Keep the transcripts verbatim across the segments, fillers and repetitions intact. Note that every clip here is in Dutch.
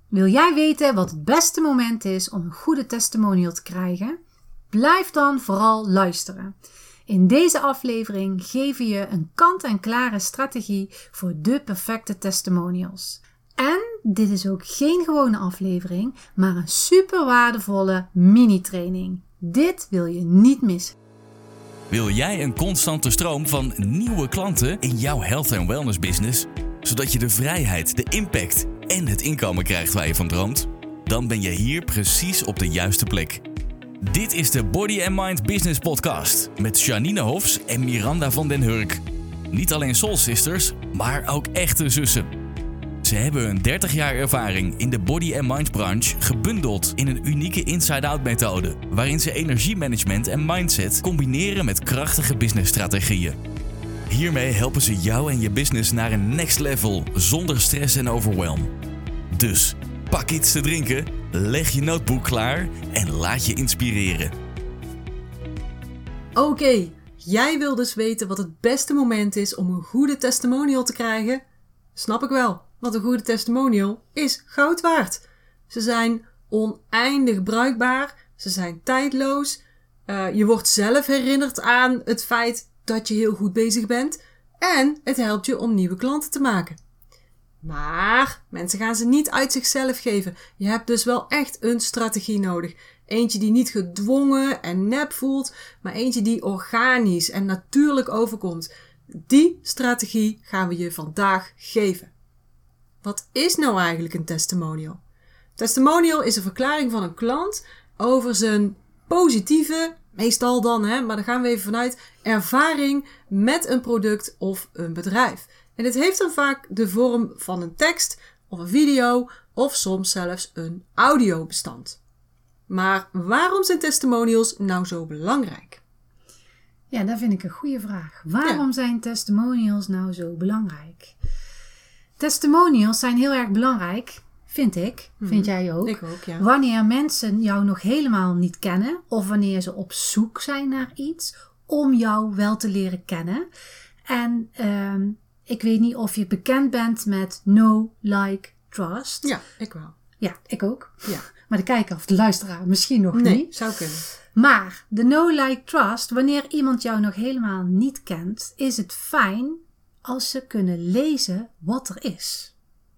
Wil jij weten wat het beste moment is om een goede testimonial te krijgen? Blijf dan vooral luisteren. In deze aflevering geven we je een kant-en-klare strategie voor de perfecte testimonials. En dit is ook geen gewone aflevering, maar een super waardevolle mini-training. Dit wil je niet missen. Wil jij een constante stroom van nieuwe klanten in jouw health en wellness business, zodat je de vrijheid, de impact en het inkomen krijgt waar je van droomt? Dan ben je hier precies op de juiste plek. Dit is de Body and Mind Business Podcast met Janine Hofs en Miranda van den Hurk. Niet alleen soul sisters, maar ook echte zussen. Ze hebben een dertig jaar ervaring in de body and mind branche gebundeld in een unieke inside-out methode, waarin ze energiemanagement en mindset combineren met krachtige businessstrategieën. Hiermee helpen ze jou en je business naar een next level zonder stress en overwhelm. Dus pak iets te drinken, leg je notebook klaar en laat je inspireren. Oké, okay, jij wil dus weten wat het beste moment is om een goede testimonial te krijgen? Snap ik wel, want een goede testimonial is goud waard. Ze zijn oneindig bruikbaar, ze zijn tijdloos. Uh, je wordt zelf herinnerd aan het feit dat je heel goed bezig bent en het helpt je om nieuwe klanten te maken. Maar mensen gaan ze niet uit zichzelf geven. Je hebt dus wel echt een strategie nodig. Eentje die niet gedwongen en nep voelt, maar eentje die organisch en natuurlijk overkomt. Die strategie gaan we je vandaag geven. Wat is nou eigenlijk een testimonial? Testimonial is een verklaring van een klant over zijn positieve, meestal dan, hè, maar daar gaan we even vanuit, ervaring met een product of een bedrijf. En dit heeft dan vaak de vorm van een tekst of een video of soms zelfs een audiobestand. Maar waarom zijn testimonials nou zo belangrijk? Ja, dat vind ik een goede vraag. Waarom ja. zijn testimonials nou zo belangrijk? Testimonials zijn heel erg belangrijk, vind ik. Hmm. Vind jij ook? Ik ook, ja. Wanneer mensen jou nog helemaal niet kennen of wanneer ze op zoek zijn naar iets om jou wel te leren kennen. En um, ik weet niet of je bekend bent met Know, Like, Trust. Ja, ik wel. Ja, ik ook. Ja. Maar de kijker of de luisteraar misschien nog nee, niet. zou kunnen. Maar de Know, Like, Trust, wanneer iemand jou nog helemaal niet kent, is het fijn als ze kunnen lezen wat er is.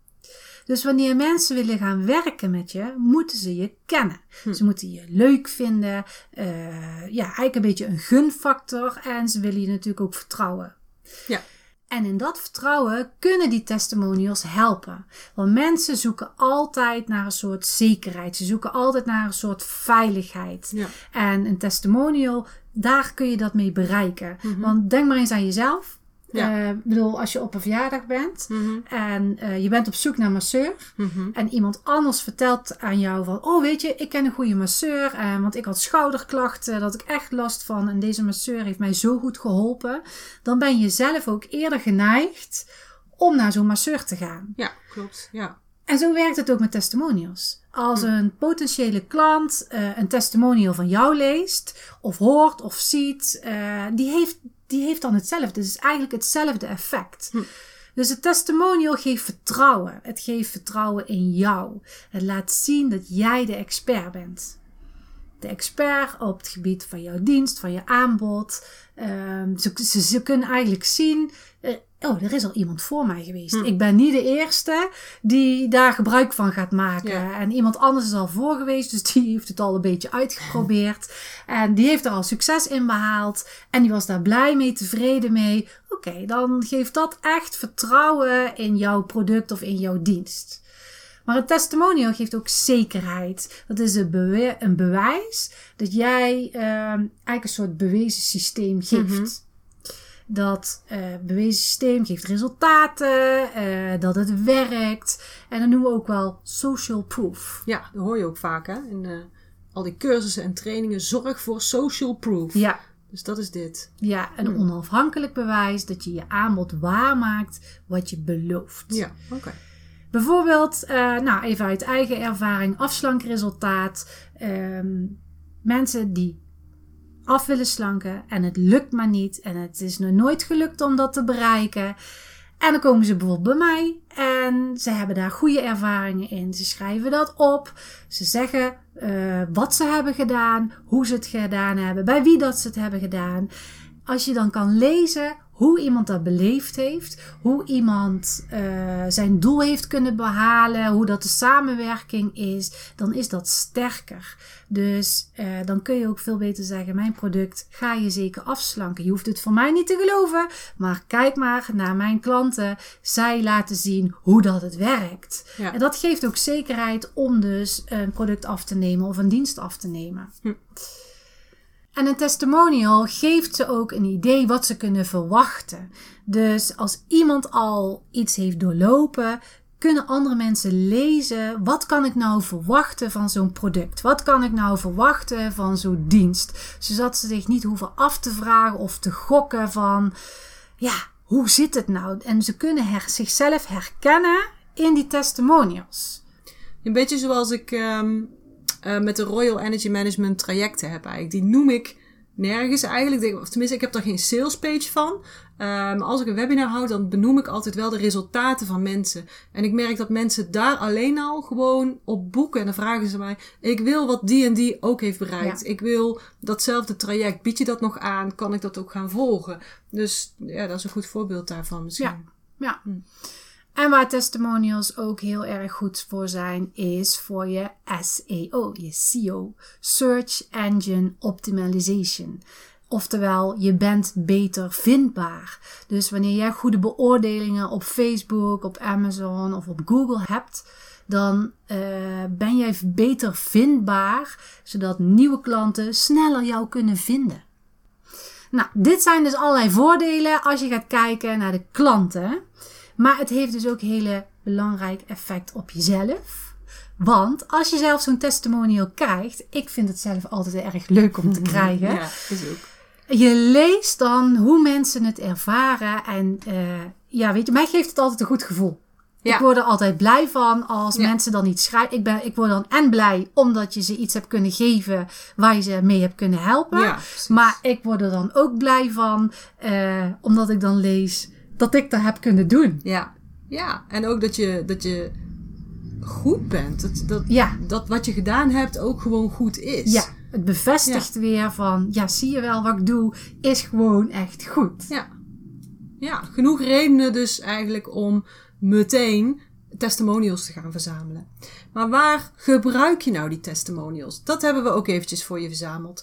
Dus wanneer mensen willen gaan werken met je, moeten ze je kennen. Hm. Ze moeten je leuk vinden. Uh, ja, eigenlijk een beetje een gunfactor. En ze willen je natuurlijk ook vertrouwen. Ja. En in dat vertrouwen kunnen die testimonials helpen. Want mensen zoeken altijd naar een soort zekerheid. Ze zoeken altijd naar een soort veiligheid. Ja. En een testimonial, daar kun je dat mee bereiken. Mm-hmm. Want denk maar eens aan jezelf. Ja. Ik uh, bedoel, als je op een verjaardag bent mm-hmm. en uh, je bent op zoek naar een masseur mm-hmm. en iemand anders vertelt aan jou van, oh weet je, ik ken een goede masseur, uh, want ik had schouderklachten, dat ik echt last van en deze masseur heeft mij zo goed geholpen, dan ben je zelf ook eerder geneigd om naar zo'n masseur te gaan. Ja, klopt. Ja. En zo werkt het ook met testimonials. Als een potentiële klant uh, een testimonial van jou leest, of hoort, of ziet, uh, die heeft Die heeft dan hetzelfde. Het is eigenlijk hetzelfde effect. Hm. Dus het testimonial geeft vertrouwen. Het geeft vertrouwen in jou. Het laat zien dat jij de expert bent. De expert op het gebied van jouw dienst, van je aanbod. Um, ze, ze, ze kunnen eigenlijk zien, uh, oh, er is al iemand voor mij geweest. Hm. Ik ben niet de eerste die daar gebruik van gaat maken. Ja. En iemand anders is al voor geweest, dus die heeft het al een beetje uitgeprobeerd. En die heeft er al succes in behaald. En die was daar blij mee, tevreden mee. Oké, okay, dan geeft dat echt vertrouwen in jouw product of in jouw dienst. Maar een testimonial geeft ook zekerheid. Dat is een, bewe- een bewijs dat jij uh, eigenlijk een soort bewezen systeem geeft. Mm-hmm. Dat uh, bewezen systeem geeft resultaten, uh, dat het werkt. En dat noemen we ook wel social proof. Ja, dat hoor je ook vaak hè. In uh, al die cursussen en trainingen. Zorg voor social proof. Ja. Dus dat is dit. Ja, een hmm. onafhankelijk bewijs dat je je aanbod waarmaakt wat je belooft. Ja, oké. Okay. Bijvoorbeeld, uh, nou even uit eigen ervaring, afslankresultaat. Um, mensen die af willen slanken en het lukt maar niet. En het is nog nooit gelukt om dat te bereiken. En dan komen ze bijvoorbeeld bij mij. En ze hebben daar goede ervaringen in. Ze schrijven dat op. Ze zeggen uh, wat ze hebben gedaan, hoe ze het gedaan hebben, bij wie dat ze het hebben gedaan. Als je dan kan lezen hoe iemand dat beleefd heeft, hoe iemand uh, zijn doel heeft kunnen behalen, hoe dat de samenwerking is, dan is dat sterker. Dus uh, dan kun je ook veel beter zeggen, mijn product ga je zeker afslanken. Je hoeft het voor mij niet te geloven, maar kijk maar naar mijn klanten. Zij laten zien hoe dat het werkt. Ja. En dat geeft ook zekerheid om dus een product af te nemen of een dienst af te nemen. Hm. En een testimonial geeft ze ook een idee wat ze kunnen verwachten. Dus als iemand al iets heeft doorlopen, kunnen andere mensen lezen, wat kan ik nou verwachten van zo'n product? Wat kan ik nou verwachten van zo'n dienst? Zodat ze zich niet hoeven af te vragen of te gokken van, ja, hoe zit het nou? En ze kunnen her- zichzelf herkennen in die testimonials. Een beetje zoals ik um, uh, met de Royal Energy Management trajecten heb eigenlijk. Die noem ik nergens eigenlijk. Of tenminste, ik heb daar geen sales page van. Uh, maar als ik een webinar houd, dan benoem ik altijd wel de resultaten van mensen. En ik merk dat mensen daar alleen al gewoon op boeken. En dan vragen ze mij, ik wil wat die en die ook heeft bereikt. Ja. Ik wil datzelfde traject. Bied je dat nog aan? Kan ik dat ook gaan volgen? Dus ja, dat is een goed voorbeeld daarvan misschien. Ja, ja. Hm. En waar testimonials ook heel erg goed voor zijn, is voor je S E O, je S E O, Search Engine Optimization. Oftewel, je bent beter vindbaar. Dus wanneer jij goede beoordelingen op Facebook, op Amazon of op Google hebt, dan uh, ben jij beter vindbaar, zodat nieuwe klanten sneller jou kunnen vinden. Nou, dit zijn dus allerlei voordelen als je gaat kijken naar de klanten. Maar het heeft dus ook een hele belangrijk effect op jezelf. Want als je zelf zo'n testimonial krijgt, ik vind het zelf altijd erg leuk om te krijgen. Ja, is ook. Je leest dan hoe mensen het ervaren. En uh, ja, weet je, mij geeft het altijd een goed gevoel. Ja. Ik word er altijd blij van als ja. mensen dan iets schrijven. Ik, ben, ik word dan en blij omdat je ze iets hebt kunnen geven waar je ze mee hebt kunnen helpen. Ja, maar ik word er dan ook blij van uh, omdat ik dan lees dat ik dat heb kunnen doen. Ja, ja. En ook dat je, dat je goed bent. Dat, dat, ja. dat wat je gedaan hebt ook gewoon goed is. Ja, het bevestigt ja. weer van, ja, zie je wel wat ik doe, is gewoon echt goed. Ja, ja, genoeg redenen dus eigenlijk om meteen testimonials te gaan verzamelen. Maar waar gebruik je nou die testimonials? Dat hebben we ook eventjes voor je verzameld.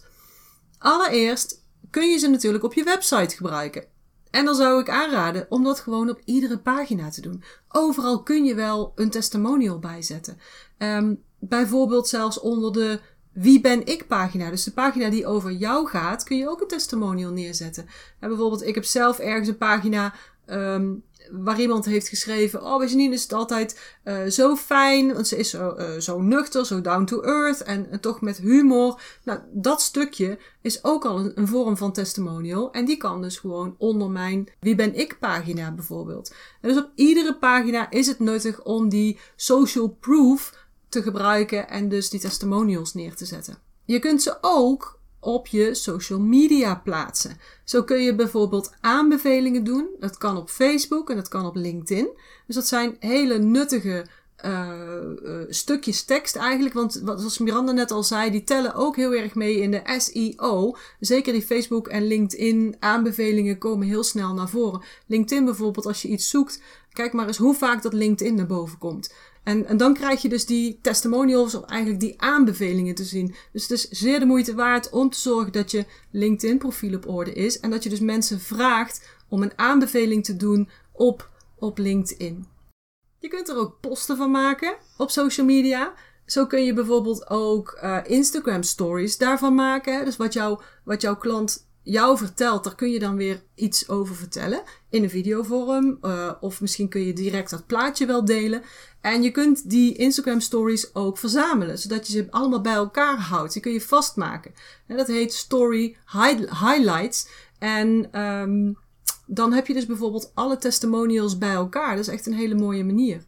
Allereerst kun je ze natuurlijk op je website gebruiken. En dan zou ik aanraden om dat gewoon op iedere pagina te doen. Overal kun je wel een testimonial bijzetten. Um, bijvoorbeeld zelfs onder de Wie ben ik pagina. Dus de pagina die over jou gaat, kun je ook een testimonial neerzetten. En bijvoorbeeld, ik heb zelf ergens een pagina um, waar iemand heeft geschreven, oh, bij Janine is het altijd uh, zo fijn, want ze is zo, uh, zo nuchter, zo down to earth en, en toch met humor. Nou, dat stukje is ook al een, een vorm van testimonial en die kan dus gewoon onder mijn Wie ben ik pagina bijvoorbeeld. En dus op iedere pagina is het nuttig om die social proof te gebruiken en dus die testimonials neer te zetten. Je kunt ze ook op je social media plaatsen. Zo kun je bijvoorbeeld aanbevelingen doen. Dat kan op Facebook en dat kan op LinkedIn. Dus dat zijn hele nuttige uh, uh, stukjes tekst eigenlijk. Want wat, zoals Miranda net al zei, die tellen ook heel erg mee in de S E O. Zeker die Facebook en LinkedIn aanbevelingen komen heel snel naar voren. LinkedIn bijvoorbeeld, als je iets zoekt, kijk maar eens hoe vaak dat LinkedIn naar boven komt. En, en dan krijg je dus die testimonials of eigenlijk die aanbevelingen te zien. Dus het is zeer de moeite waard om te zorgen dat je LinkedIn profiel op orde is. En dat je dus mensen vraagt om een aanbeveling te doen op, op LinkedIn. Je kunt er ook posten van maken op social media. Zo kun je bijvoorbeeld ook uh, Instagram stories daarvan maken. Dus wat, jou, wat jouw klant jou vertelt, daar kun je dan weer iets over vertellen in een videovorm. Uh, of misschien kun je direct dat plaatje wel delen. En je kunt die Instagram stories ook verzamelen, zodat je ze allemaal bij elkaar houdt. Die kun je vastmaken. En dat heet Story Highlights. En um, dan heb je dus bijvoorbeeld alle testimonials bij elkaar. Dat is echt een hele mooie manier.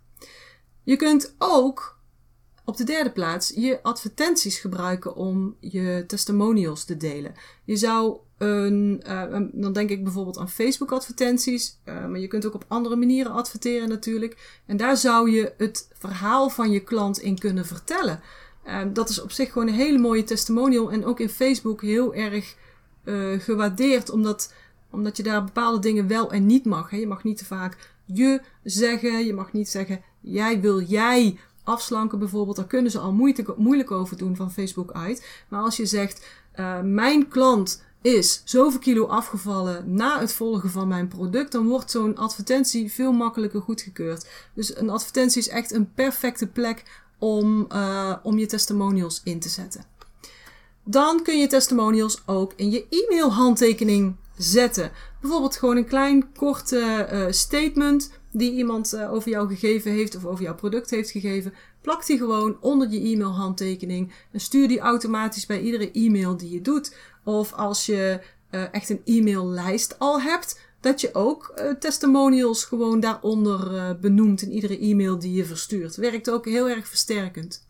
Je kunt ook op de derde plaats je advertenties gebruiken om je testimonials te delen. Je zou een, uh, een, dan denk ik bijvoorbeeld aan Facebook advertenties. Uh, maar je kunt ook op andere manieren adverteren natuurlijk. En daar zou je het verhaal van je klant in kunnen vertellen. Uh, dat is op zich gewoon een hele mooie testimonial. En ook in Facebook heel erg uh, gewaardeerd. Omdat, omdat je daar bepaalde dingen wel en niet mag. Hè. Je mag niet te vaak je zeggen. Je mag niet zeggen, jij wil jij afslanken bijvoorbeeld. Daar kunnen ze al moeite, moeilijk over doen van Facebook uit. Maar als je zegt, uh, mijn klant is zoveel kilo afgevallen na het volgen van mijn product, dan wordt zo'n advertentie veel makkelijker goedgekeurd. Dus een advertentie is echt een perfecte plek om, uh, om je testimonials in te zetten. Dan kun je testimonials ook in je e-mailhandtekening zetten. Bijvoorbeeld gewoon een klein korte uh, statement die iemand uh, over jou gegeven heeft of over jouw product heeft gegeven. Plak die gewoon onder je e-mailhandtekening en stuur die automatisch bij iedere e-mail die je doet. Of als je uh, echt een e-maillijst al hebt, dat je ook uh, testimonials gewoon daaronder uh, benoemt in iedere e-mail die je verstuurt. Werkt ook heel erg versterkend.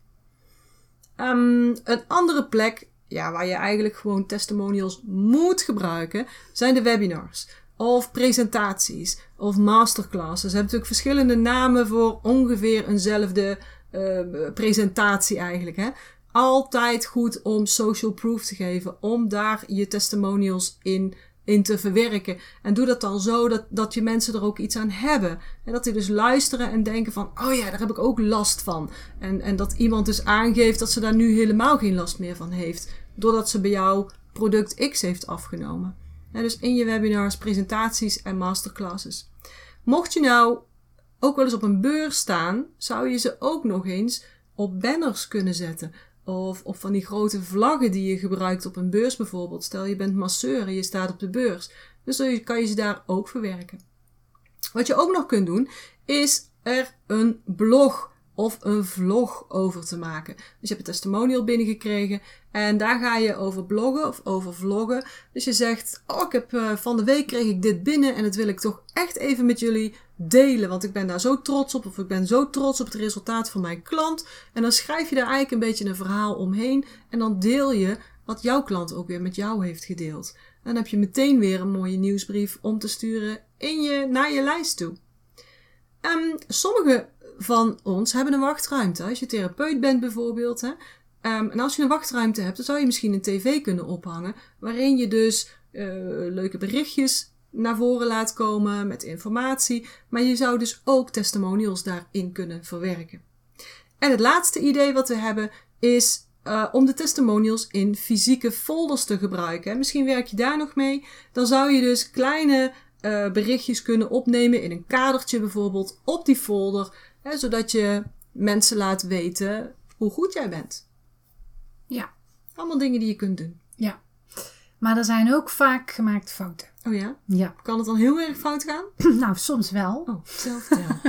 Um, een andere plek, ja, waar je eigenlijk gewoon testimonials moet gebruiken, zijn de webinars. Of presentaties. Of masterclasses. Ze hebben natuurlijk verschillende namen voor ongeveer eenzelfde uh, presentatie eigenlijk. Hè? Altijd goed om social proof te geven. Om daar je testimonials in, in te verwerken. En doe dat dan zo dat, dat je mensen er ook iets aan hebben. En dat die dus luisteren en denken van, oh ja, daar heb ik ook last van. En, en dat iemand dus aangeeft dat ze daar nu helemaal geen last meer van heeft. Doordat ze bij jou product X heeft afgenomen. Ja, dus in je webinars, presentaties en masterclasses. Mocht je nou ook wel eens op een beurs staan, zou je ze ook nog eens op banners kunnen zetten. Of op van die grote vlaggen die je gebruikt op een beurs bijvoorbeeld. Stel je bent masseur en je staat op de beurs. Dus dan kan je ze daar ook verwerken. Wat je ook nog kunt doen, is er een blog of een vlog over te maken. Dus je hebt een testimonial binnengekregen en daar ga je over bloggen of over vloggen. Dus je zegt, oh, ik heb uh, van de week kreeg ik dit binnen en dat wil ik toch echt even met jullie delen. Want ik ben daar zo trots op of ik ben zo trots op het resultaat van mijn klant. En dan schrijf je daar eigenlijk een beetje een verhaal omheen en dan deel je wat jouw klant ook weer met jou heeft gedeeld. En dan heb je meteen weer een mooie nieuwsbrief om te sturen in je, naar je lijst toe. Um, sommige van ons hebben een wachtruimte. Als je therapeut bent bijvoorbeeld. Hè? Um, en als je een wachtruimte hebt, dan zou je misschien een tv kunnen ophangen. Waarin je dus uh, leuke berichtjes naar voren laat komen met informatie. Maar je zou dus ook testimonials daarin kunnen verwerken. En het laatste idee wat we hebben is uh, om de testimonials in fysieke folders te gebruiken. Misschien werk je daar nog mee. Dan zou je dus kleine uh, berichtjes kunnen opnemen in een kadertje bijvoorbeeld op die folder. Hè, zodat je mensen laat weten hoe goed jij bent. Ja. Allemaal dingen die je kunt doen. Ja. Maar er zijn ook vaak gemaakte fouten. Oh ja? Ja. Kan het dan heel erg fout gaan? Nou, soms wel. Oh, zelf vertel.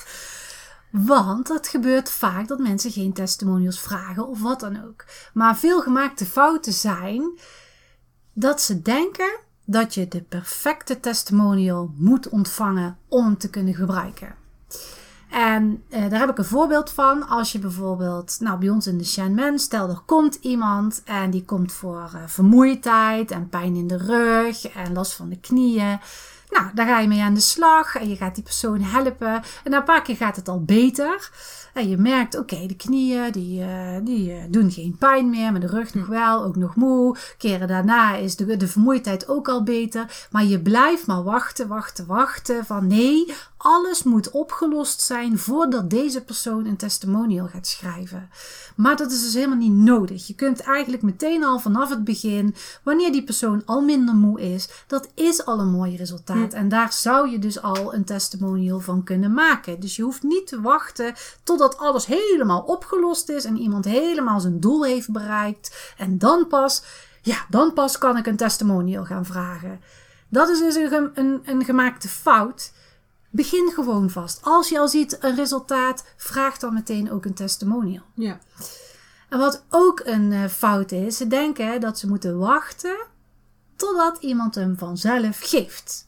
Want het gebeurt vaak dat mensen geen testimonials vragen of wat dan ook. Maar veel gemaakte fouten zijn dat ze denken dat je de perfecte testimonial moet ontvangen om hem te kunnen gebruiken. En uh, daar heb ik een voorbeeld van. Als je bijvoorbeeld, nou bij ons in de Shanman, stel er komt iemand en die komt voor uh, vermoeidheid en pijn in de rug en last van de knieën. Nou, daar ga je mee aan de slag en je gaat die persoon helpen. En na een paar keer gaat het al beter. En je merkt, oké, okay, de knieën die, uh, die uh, doen geen pijn meer, maar de rug nog wel, ook nog moe. Keren daarna is de, de vermoeidheid ook al beter. Maar je blijft maar wachten, wachten, wachten. Van nee, alles moet opgelost zijn voordat deze persoon een testimonial gaat schrijven. Maar dat is dus helemaal niet nodig. Je kunt eigenlijk meteen al vanaf het begin, wanneer die persoon al minder moe is, dat is al een mooi resultaat. Hm. En daar zou je dus al een testimonial van kunnen maken. Dus je hoeft niet te wachten totdat alles helemaal opgelost is en iemand helemaal zijn doel heeft bereikt. En dan pas, ja, dan pas kan ik een testimonial gaan vragen. Dat is dus een, een, een gemaakte fout. Begin gewoon vast. Als je al ziet een resultaat, vraag dan meteen ook een testimonial. Ja. En wat ook een uh, fout is, ze denken dat ze moeten wachten totdat iemand hem vanzelf geeft.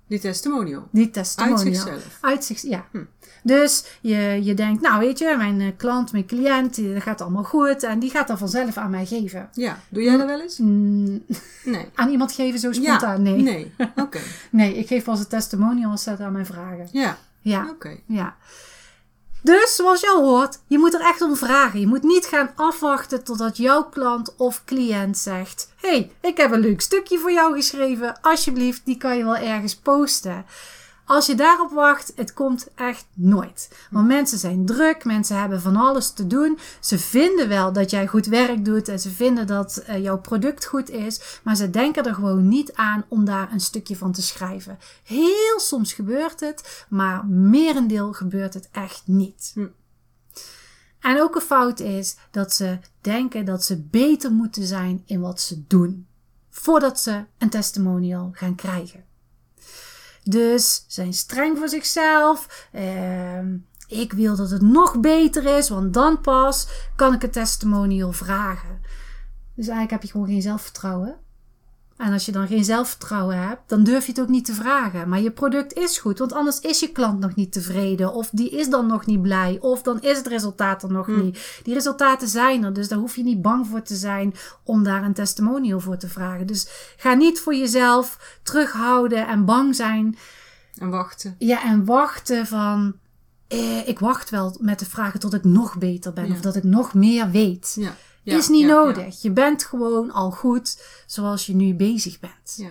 Die testimonial. Die testimonial. Uit zichzelf. Uit zich, ja. Hm. Dus je, je denkt, nou weet je, mijn uh, klant, mijn cliënt, die, dat gaat allemaal goed. En die gaat dat vanzelf aan mij geven. Ja, doe jij dat wel eens? Mm, Nee. aan iemand geven zo spontaan? Ja, nee. Nee, oké. Okay. Nee, ik geef pas een testimonial als ze het aan mij vragen. Ja, Ja, oké. Okay. ja. Dus, zoals je al hoort, je moet er echt om vragen. Je moet niet gaan afwachten totdat jouw klant of cliënt zegt... Hé, hey, ik heb een leuk stukje voor jou geschreven. Alsjeblieft, die kan je wel ergens posten. Als je daarop wacht, het komt echt nooit. Want mensen zijn druk, mensen hebben van alles te doen. Ze vinden wel dat jij goed werk doet en ze vinden dat uh, jouw product goed is. Maar ze denken er gewoon niet aan om daar een stukje van te schrijven. Heel soms gebeurt het, maar merendeel gebeurt het echt niet. Hm. En ook een fout is dat ze denken dat ze beter moeten zijn in wat ze doen. Voordat ze een testimonial gaan krijgen. Dus zijn streng voor zichzelf. Uh, ik wil dat het nog beter is, want dan pas kan ik een testimonial vragen. Dus eigenlijk heb je gewoon geen zelfvertrouwen. En als je dan geen zelfvertrouwen hebt, dan durf je het ook niet te vragen. Maar je product is goed, want anders is je klant nog niet tevreden. Of die is dan nog niet blij. Of dan is het resultaat er nog hmm. niet. Die resultaten zijn er, dus daar hoef je niet bang voor te zijn om daar een testimonial voor te vragen. Dus ga niet voor jezelf terughouden en bang zijn. En wachten. Ja, en wachten van, eh, ik wacht wel met de vragen tot ik nog beter ben. Ja. Of dat ik nog meer weet. Ja. Ja, is niet ja, nodig. Ja. Je bent gewoon al goed zoals je nu bezig bent. Ja.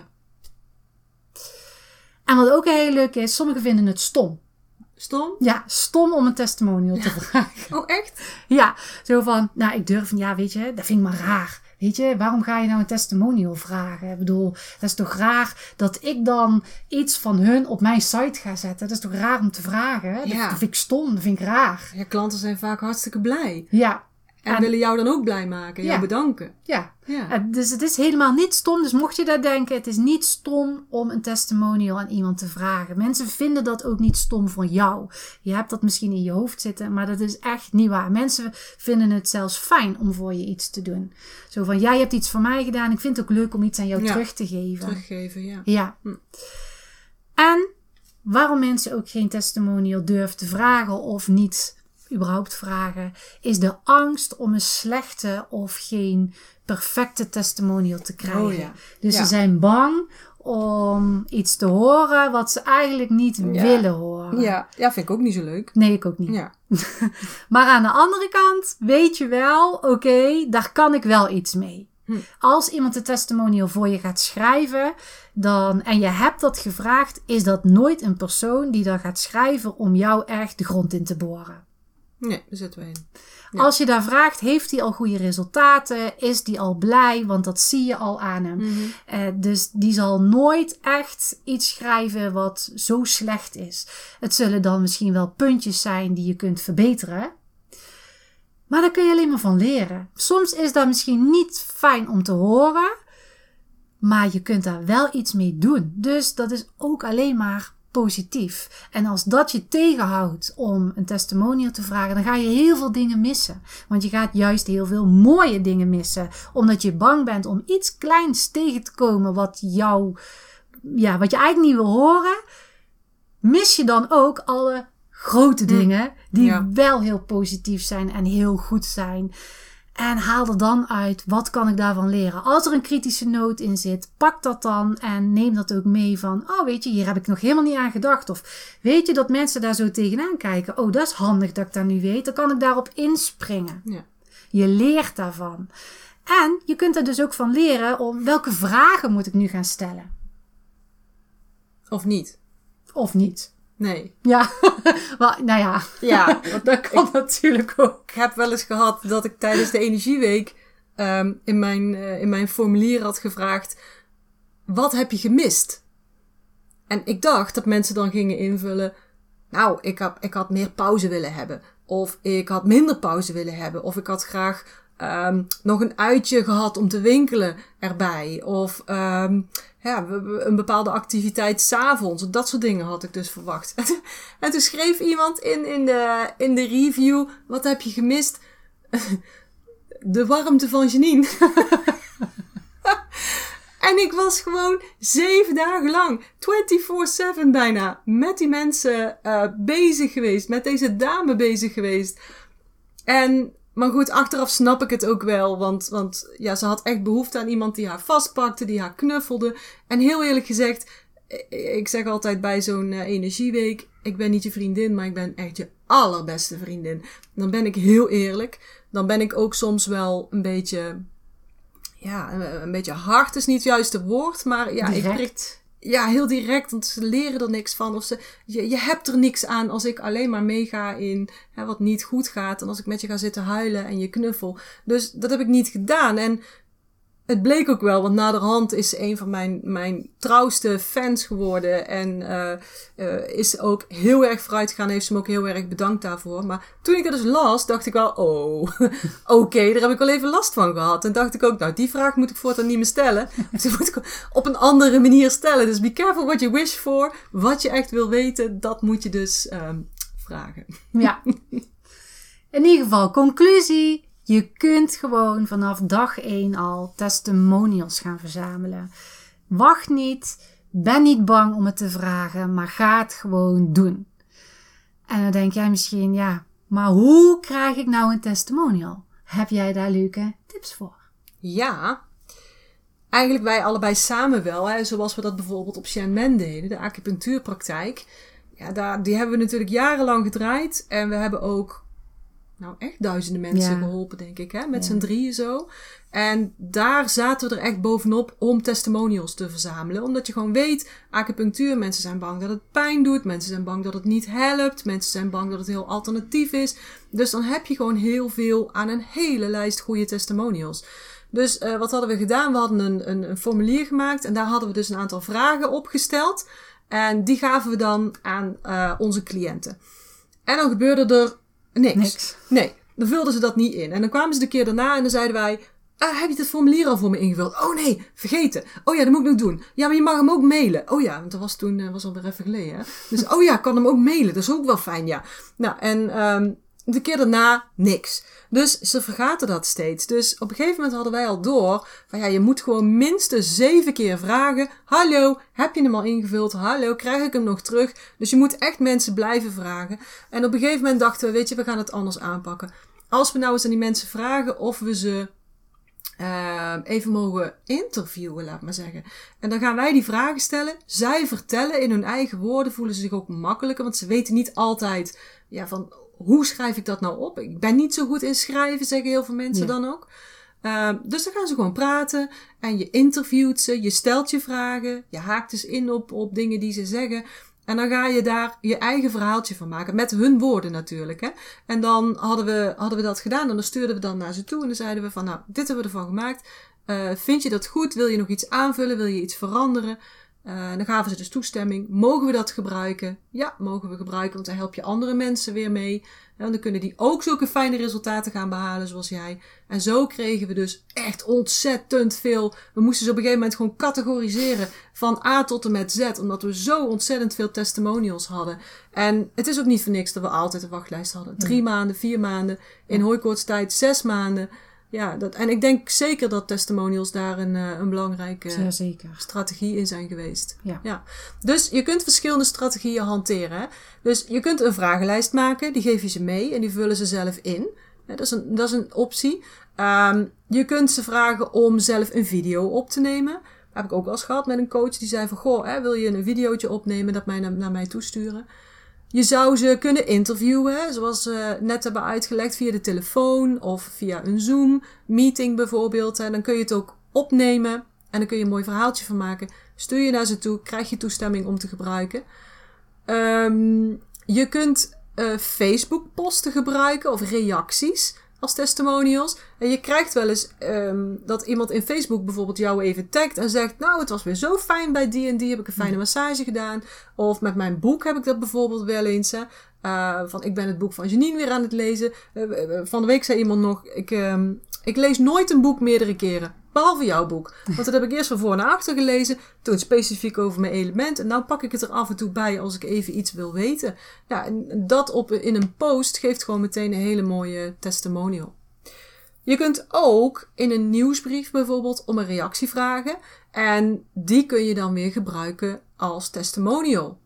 En wat ook heel leuk is, sommigen vinden het stom. Stom? Ja, stom om een testimonial ja. te vragen. Oh, echt? Ja, zo van, nou ik durf, ja weet je, dat vind ik maar raar. Weet je, waarom ga je nou een testimonial vragen? Ik bedoel, dat is toch raar dat ik dan iets van hun op mijn site ga zetten. Dat is toch raar om te vragen? Hè? Ja. Dat, dat vind ik stom, dat vind ik raar. Ja, klanten zijn vaak hartstikke blij. Ja. En, en willen jou dan ook blij maken, jou ja. bedanken. Ja. ja, dus het is helemaal niet stom. Dus mocht je dat denken, het is niet stom om een testimonial aan iemand te vragen. Mensen vinden dat ook niet stom voor jou. Je hebt dat misschien in je hoofd zitten, maar dat is echt niet waar. Mensen vinden het zelfs fijn om voor je iets te doen. Zo van, jij hebt iets voor mij gedaan, ik vind het ook leuk om iets aan jou ja. terug te geven. Teruggeven, ja. Ja. Hm. En waarom mensen ook geen testimonial durven te vragen of niet überhaupt vragen, is de angst om een slechte of geen perfecte testimonial te krijgen. Oh, ja. Dus ja. ze zijn bang om iets te horen wat ze eigenlijk niet ja. willen horen. Ja. ja, vind ik ook niet zo leuk. Nee, ik ook niet. Ja. Maar aan de andere kant weet je wel, oké, okay, daar kan ik wel iets mee. Hm. Als iemand een testimonial voor je gaat schrijven, dan, en je hebt dat gevraagd, is dat nooit een persoon die dat gaat schrijven om jou echt de grond in te boren. Nee, daar zitten we in. Ja. Als je daar vraagt, heeft hij al goede resultaten? Is die al blij? Want dat zie je al aan hem. Mm-hmm. Uh, dus die zal nooit echt iets schrijven wat zo slecht is. Het zullen dan misschien wel puntjes zijn die je kunt verbeteren. Maar daar kun je alleen maar van leren. Soms is dat misschien niet fijn om te horen. Maar je kunt daar wel iets mee doen. Dus dat is ook alleen maar positief. En als dat je tegenhoudt om een testimonial te vragen, dan ga je heel veel dingen missen. Want je gaat juist heel veel mooie dingen missen. Omdat je bang bent om iets kleins tegen te komen wat jou, ja, wat je eigenlijk niet wil horen. Mis je dan ook alle grote dingen die ja. wel heel positief zijn en heel goed zijn. En haal er dan uit, wat kan ik daarvan leren? Als er een kritische noot in zit, pak dat dan en neem dat ook mee van, oh weet je, hier heb ik nog helemaal niet aan gedacht. Of weet je dat mensen daar zo tegenaan kijken? Oh, dat is handig dat ik dat nu weet. Dan kan ik daarop inspringen. Ja. Je leert daarvan. En je kunt er dus ook van leren om welke vragen moet ik nu gaan stellen? Of niet. Of niet. Nee. Ja, maar, nou ja, ja dat kan ik, natuurlijk ook. Ik heb wel eens gehad dat ik tijdens de Energieweek um, in, mijn, uh, in mijn formulier had gevraagd, wat heb je gemist? En ik dacht dat mensen dan gingen invullen, nou, ik, had, ik had meer pauze willen hebben. Of ik had minder pauze willen hebben. Of ik had graag um, nog een uitje gehad om te winkelen erbij. Of um, ja, een bepaalde activiteit 's avonds. Dat soort dingen had ik dus verwacht. En toen schreef iemand in, in, de, in de review, wat heb je gemist? De warmte van Janine. En ik was gewoon zeven dagen lang, vierentwintig zeven bijna, met die mensen uh, bezig geweest. Met deze dame bezig geweest. En, maar goed, achteraf snap ik het ook wel. Want, want ja, ze had echt behoefte aan iemand die haar vastpakte, die haar knuffelde. En heel eerlijk gezegd, ik zeg altijd bij zo'n uh, energieweek, ik ben niet je vriendin, maar ik ben echt je allerbeste vriendin. Dan ben ik heel eerlijk. Dan ben ik ook soms wel een beetje, ja, een, een beetje hard is niet het juiste woord, maar ja, direct. ik prik, ja, heel direct, want ze leren er niks van. Of ze, je, je hebt er niks aan als ik alleen maar meega in hè, wat niet goed gaat. En als ik met je ga zitten huilen en je knuffel. Dus dat heb ik niet gedaan. En het bleek ook wel, want naderhand is ze een van mijn, mijn trouwste fans geworden. En uh, uh, is ook heel erg vooruit gegaan. Heeft ze me ook heel erg bedankt daarvoor. Maar toen ik het dus las, dacht ik wel, oh, oké, okay, daar heb ik wel even last van gehad. En dacht ik ook, nou, die vraag moet ik voortaan niet meer stellen. Die moet ik op een andere manier stellen. Dus be careful what you wish for. Wat je echt wil weten, dat moet je dus um, vragen. Ja. In ieder geval, conclusie. Je kunt gewoon vanaf dag één al testimonials gaan verzamelen. Wacht niet, ben niet bang om het te vragen, maar ga het gewoon doen. En dan denk jij misschien, ja, maar hoe krijg ik nou een testimonial? Heb jij daar leuke tips voor? Ja, eigenlijk wij allebei samen wel. Hè, zoals we dat bijvoorbeeld op Shen deden, de acupunctuurpraktijk. Ja, daar, die hebben we natuurlijk jarenlang gedraaid. En we hebben ook nou echt duizenden mensen ja. geholpen, denk ik, hè? Met ja. z'n drieën zo. En daar zaten we er echt bovenop om testimonials te verzamelen. Omdat je gewoon weet, acupunctuur, mensen zijn bang dat het pijn doet. Mensen zijn bang dat het niet helpt. Mensen zijn bang dat het heel alternatief is. Dus dan heb je gewoon heel veel aan een hele lijst goede testimonials. Dus uh, wat hadden we gedaan? We hadden een, een, een formulier gemaakt. En daar hadden we dus een aantal vragen opgesteld. En die gaven we dan aan uh, onze cliënten. En dan gebeurde er Niks. Niks. Nee, dan vulden ze dat niet in. En dan kwamen ze de keer daarna en dan zeiden wij, ah, heb je dit formulier al voor me ingevuld? Oh nee, vergeten. Oh ja, dat moet ik nog doen. Ja, maar je mag hem ook mailen. Oh ja, want dat was toen, uh, was alweer even geleden. Hè? Dus oh ja, ik kan hem ook mailen. Dat is ook wel fijn, ja. Nou, en um, de keer daarna niks. Dus ze vergaten dat steeds. Dus op een gegeven moment hadden wij al door van ja, je moet gewoon minstens zeven keer vragen. Hallo, heb je hem al ingevuld? Hallo, krijg ik hem nog terug? Dus je moet echt mensen blijven vragen. En op een gegeven moment dachten we, weet je, we gaan het anders aanpakken. Als we nou eens aan die mensen vragen of we ze uh, even mogen interviewen, laat maar zeggen. En dan gaan wij die vragen stellen. Zij vertellen in hun eigen woorden, voelen ze zich ook makkelijker. Want ze weten niet altijd ja, van hoe schrijf ik dat nou op? Ik ben niet zo goed in schrijven, zeggen heel veel mensen ja. dan ook. Uh, dus dan gaan ze gewoon praten en je interviewt ze, je stelt je vragen, je haakt dus in op, op dingen die ze zeggen. En dan ga je daar je eigen verhaaltje van maken, met hun woorden natuurlijk. Hè? En dan hadden we, hadden we dat gedaan en dan stuurden we dan naar ze toe en dan zeiden we van, nou, dit hebben we ervan gemaakt. Uh, vind je dat goed? Wil je nog iets aanvullen? Wil je iets veranderen? Uh, dan gaven ze dus toestemming. Mogen we dat gebruiken? Ja, mogen we gebruiken, want dan help je andere mensen weer mee. En dan kunnen die ook zulke fijne resultaten gaan behalen zoals jij. En zo kregen we dus echt ontzettend veel. We moesten ze op een gegeven moment gewoon categoriseren van A tot en met Z. Omdat we zo ontzettend veel testimonials hadden. En het is ook niet voor niks dat we altijd een wachtlijst hadden. Drie ja. maanden, vier maanden. In hooikoortstijd zes maanden. Ja, dat, en ik denk zeker dat testimonials daar een, uh, een belangrijke Zeer zeker. strategie in zijn geweest. Ja. Ja. Dus je kunt verschillende strategieën hanteren. Hè? Dus je kunt een vragenlijst maken, die geef je ze mee en die vullen ze zelf in. Ja, dat is een, dat is een optie. Um, je kunt ze vragen om zelf een video op te nemen. Dat heb ik ook wel eens gehad met een coach die zei van, goh, hè, wil je een videootje opnemen dat mij naar, naar mij toesturen? Je zou ze kunnen interviewen, zoals we net hebben uitgelegd, via de telefoon of via een Zoom-meeting bijvoorbeeld. En dan kun je het ook opnemen en dan kun je een mooi verhaaltje van maken. Stuur je naar ze toe, krijg je toestemming om te gebruiken. Um, je kunt uh, Facebook-posten gebruiken of reacties als testimonials. En je krijgt wel eens um, dat iemand in Facebook bijvoorbeeld jou even tagt en zegt, nou, het was weer zo fijn bij die en die, heb ik een fijne massage gedaan. Of met mijn boek heb ik dat bijvoorbeeld wel eens. Hè. Uh, van ik ben het boek van Janine weer aan het lezen. Uh, van de week zei iemand nog, ik, um, ik lees nooit een boek meerdere keren. Behalve jouw boek. Want dat heb ik eerst van voor naar achter gelezen. Toen specifiek over mijn element. En nou pak ik het er af en toe bij als ik even iets wil weten. Ja, en dat op, in een post geeft gewoon meteen een hele mooie testimonial. Je kunt ook in een nieuwsbrief bijvoorbeeld om een reactie vragen. En die kun je dan weer gebruiken als testimonial.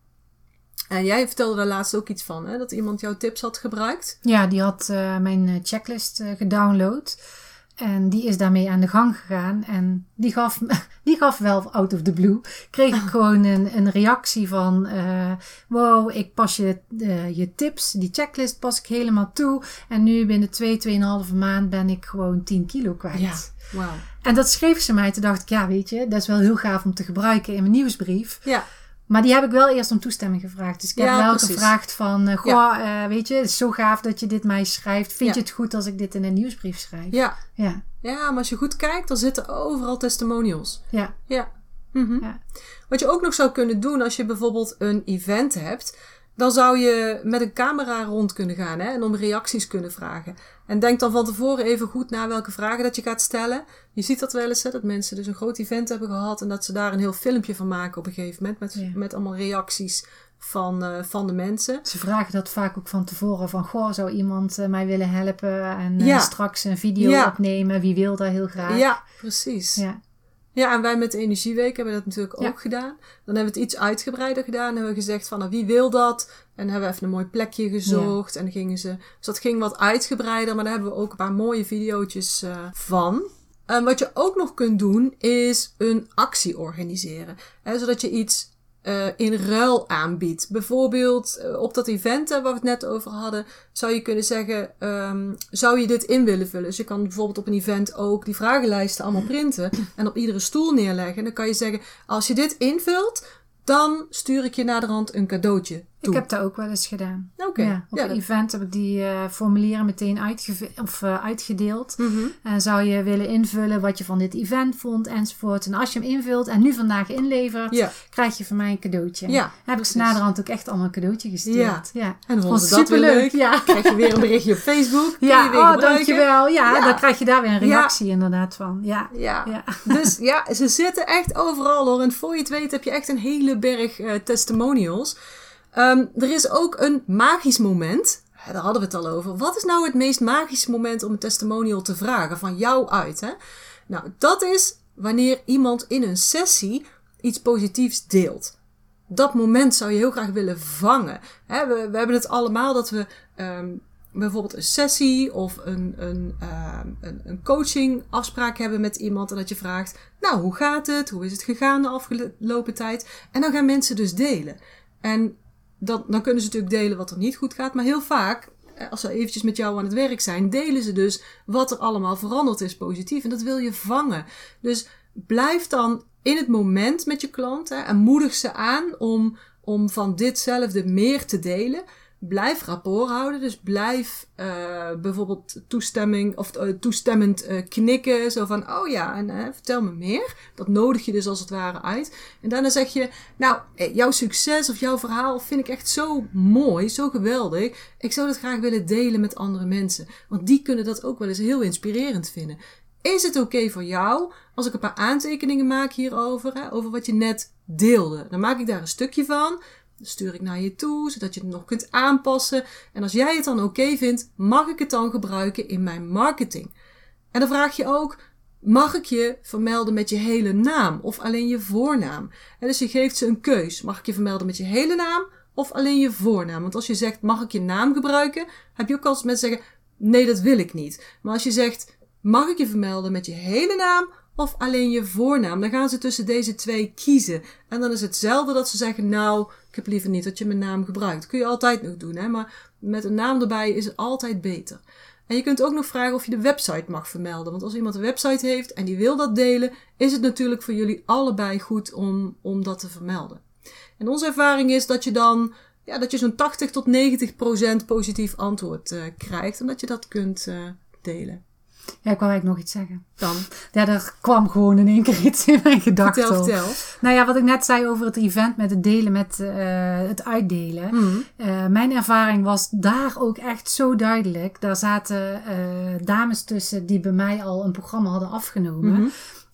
En jij vertelde daar laatst ook iets van, hè? Dat iemand jouw tips had gebruikt. Ja, die had uh, mijn checklist uh, gedownload. En die is daarmee aan de gang gegaan. En die gaf, die gaf wel out of the blue. Kreeg ik gewoon een, een reactie van... Uh, wow, ik pas je, uh, je tips, die checklist pas ik helemaal toe. En nu binnen twee, tweeënhalve maand ben ik gewoon tien kilo kwijt. Ja, wauw. En dat schreef ze mij. Toen dacht ik, ja weet je, dat is wel heel gaaf om te gebruiken in mijn nieuwsbrief. Ja. Maar die heb ik wel eerst om toestemming gevraagd. Dus ik heb ja, wel precies. gevraagd van... Uh, goh, ja. uh, weet je, het is zo gaaf dat je dit mij schrijft. Vind ja. je het goed als ik dit in een nieuwsbrief schrijf? Ja. Ja. Ja, maar als je goed kijkt, dan zitten overal testimonials. Ja. Ja. Mm-hmm. ja. Wat je ook nog zou kunnen doen als je bijvoorbeeld een event hebt... dan zou je met een camera rond kunnen gaan, hè, en om reacties kunnen vragen. En denk dan van tevoren even goed na welke vragen dat je gaat stellen. Je ziet dat wel eens, hè, dat mensen dus een groot event hebben gehad... en dat ze daar een heel filmpje van maken op een gegeven moment... met, ja. met allemaal reacties van, uh, van de mensen. Ze vragen dat vaak ook van tevoren van... goh, zou iemand uh, mij willen helpen en uh, ja. straks een video ja. opnemen? Wie wil dat heel graag? Ja, precies. Ja. Ja, en wij met de Energieweek hebben dat natuurlijk ook ja. gedaan. Dan hebben we het iets uitgebreider gedaan. En hebben we gezegd van, nou, wie wil dat? En dan hebben we even een mooi plekje gezocht. Ja. En dan gingen ze... Dus dat ging wat uitgebreider. Maar daar hebben we ook een paar mooie video's uh, van. En wat je ook nog kunt doen, is een actie organiseren. Hè, zodat je iets uh, in ruil aanbiedt. Bijvoorbeeld uh, op dat event waar we het net over hadden... zou je kunnen zeggen, um, zou je dit in willen vullen? Dus je kan bijvoorbeeld op een event ook die vragenlijsten allemaal printen... en op iedere stoel neerleggen. En dan kan je zeggen, als je dit invult... dan stuur ik je naderhand een cadeautje toe. Ik heb dat ook wel eens gedaan. Oké. Okay. Ja, op ja, een dat... event heb ik die uh, formulieren meteen uitge- of, uh, uitgedeeld. Mm-hmm. En zou je willen invullen wat je van dit event vond enzovoort. En als je hem invult en nu vandaag inlevert, ja. krijg je van mij een cadeautje. Ja, heb ik ze naderhand ook echt allemaal een cadeautje gestuurd. Ja. Ja. En dan vonden ze dat weer leuk. Ja. Krijg je weer een berichtje op Facebook. Ja, je weer oh, gebruiken. dankjewel. Ja, ja, dan krijg je daar weer een reactie ja. inderdaad van. Ja. Ja. ja. Dus ja, ze zitten echt overal hoor. En voor je het weet heb je echt een hele berg uh, testimonials. Um, er is ook een magisch moment. Daar hadden we het al over. Wat is nou het meest magische moment om een testimonial te vragen van jou uit? Hè? Nou, dat is wanneer iemand in een sessie iets positiefs deelt. Dat moment zou je heel graag willen vangen. Hè, we, we hebben het allemaal dat we um, bijvoorbeeld een sessie of een, een, uh, een, een coaching afspraak hebben met iemand. En dat je vraagt, nou, hoe gaat het? Hoe is het gegaan de afgelopen tijd? En dan gaan mensen dus delen. En dan, dan kunnen ze natuurlijk delen wat er niet goed gaat. Maar heel vaak, als ze eventjes met jou aan het werk zijn, delen ze dus wat er allemaal veranderd is positief. En dat wil je vangen. Dus blijf dan in het moment met je klant, hè, en moedig ze aan om, om van ditzelfde meer te delen. Blijf rapport houden, dus blijf uh, bijvoorbeeld toestemming of uh, toestemmend uh, knikken. Zo van, oh ja, en uh, vertel me meer. Dat nodig je dus als het ware uit. En daarna zeg je, nou, jouw succes of jouw verhaal vind ik echt zo mooi, zo geweldig. Ik zou dat graag willen delen met andere mensen. Want die kunnen dat ook wel eens heel inspirerend vinden. Is het oké okay voor jou als ik een paar aantekeningen maak hierover, hè, over wat je net deelde? Dan maak ik daar een stukje van. Dan stuur ik naar je toe, zodat je het nog kunt aanpassen. En als jij het dan oké okay vindt, mag ik het dan gebruiken in mijn marketing? En dan vraag je ook, mag ik je vermelden met je hele naam of alleen je voornaam? En dus je geeft ze een keus. Mag ik je vermelden met je hele naam of alleen je voornaam? Want als je zegt, mag ik je naam gebruiken? Heb je ook kans dat mensen zeggen, nee, dat wil ik niet. Maar als je zegt, mag ik je vermelden met je hele naam of alleen je voornaam? Dan gaan ze tussen deze twee kiezen. En dan is hetzelfde dat ze zeggen, nou, ik heb liever niet dat je mijn naam gebruikt. Kun je altijd nog doen, hè? Maar met een naam erbij is het altijd beter. En je kunt ook nog vragen of je de website mag vermelden. Want als iemand een website heeft en die wil dat delen, is het natuurlijk voor jullie allebei goed om, om dat te vermelden. En onze ervaring is dat je dan, ja, dat je zo'n tachtig tot negentig procent positief antwoord uh, krijgt. En dat je dat kunt uh, delen. Ja, ik wou eigenlijk nog iets zeggen. Dan? Ja, er kwam gewoon in één keer iets in mijn gedachten. Vertel, vertel. Nou ja, wat ik net zei over het event met het delen, met uh, het uitdelen. Mm-hmm. Uh, mijn ervaring was daar ook echt zo duidelijk. Daar zaten uh, dames tussen die bij mij al een programma hadden afgenomen. Mm-hmm.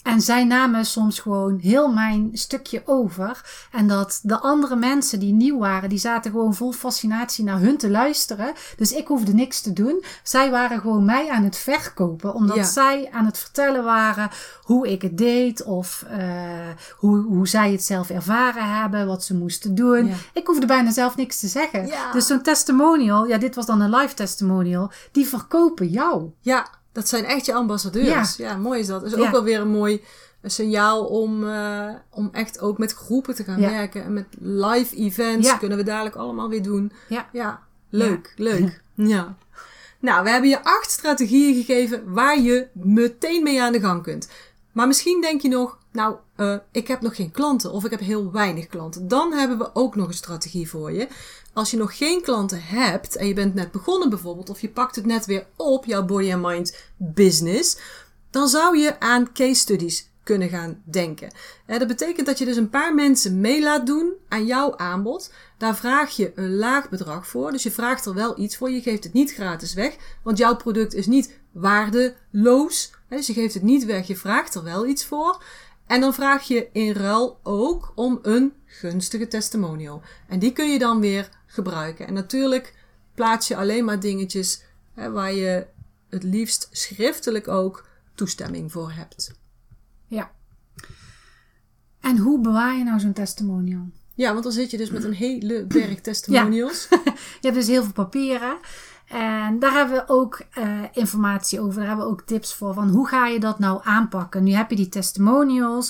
En zij namen soms gewoon heel mijn stukje over. En dat de andere mensen die nieuw waren, die zaten gewoon vol fascinatie naar hun te luisteren. Dus ik hoefde niks te doen. Zij waren gewoon mij aan het verkopen. Omdat Ja. zij aan het vertellen waren hoe ik het deed. Of uh, hoe, hoe zij het zelf ervaren hebben. Wat ze moesten doen. Ja. Ik hoefde bijna zelf niks te zeggen. Ja. Dus zo'n testimonial, ja, dit was dan een live testimonial. Die verkopen jou. Ja, dat zijn echt je ambassadeurs. Ja, ja mooi is dat. Dat is Ja. ook wel weer een mooi signaal om, uh, om echt ook met groepen te gaan Ja. werken. En met live events Ja. kunnen we dadelijk allemaal weer doen. Ja. Ja, leuk, leuk. Ja. Nou, we hebben je acht strategieën gegeven waar je meteen mee aan de gang kunt. Maar misschien denk je nog, nou, uh, ik heb nog geen klanten of ik heb heel weinig klanten. Dan hebben we ook nog een strategie voor je. Als je nog geen klanten hebt en je bent net begonnen bijvoorbeeld, of je pakt het net weer op, jouw body and mind business, dan zou je aan case studies kunnen gaan denken. Eh, dat betekent dat je dus een paar mensen mee laat doen aan jouw aanbod. Daar vraag je een laag bedrag voor. Dus je vraagt er wel iets voor. Je geeft het niet gratis weg. Want jouw product is niet waardeloos. Eh, dus je geeft het niet weg. Je vraagt er wel iets voor. En dan vraag je in ruil ook om een gunstige testimonial. En die kun je dan weer gebruiken. En natuurlijk plaats je alleen maar dingetjes eh, waar je het liefst schriftelijk ook toestemming voor hebt. Ja. En hoe bewaar je nou zo'n testimonial? Ja, want dan zit je dus met een hele berg testimonials. Ja. Je hebt dus heel veel papieren. En daar hebben we ook uh, informatie over. Daar hebben we ook tips voor. Van hoe ga je dat nou aanpakken? Nu heb je die testimonials.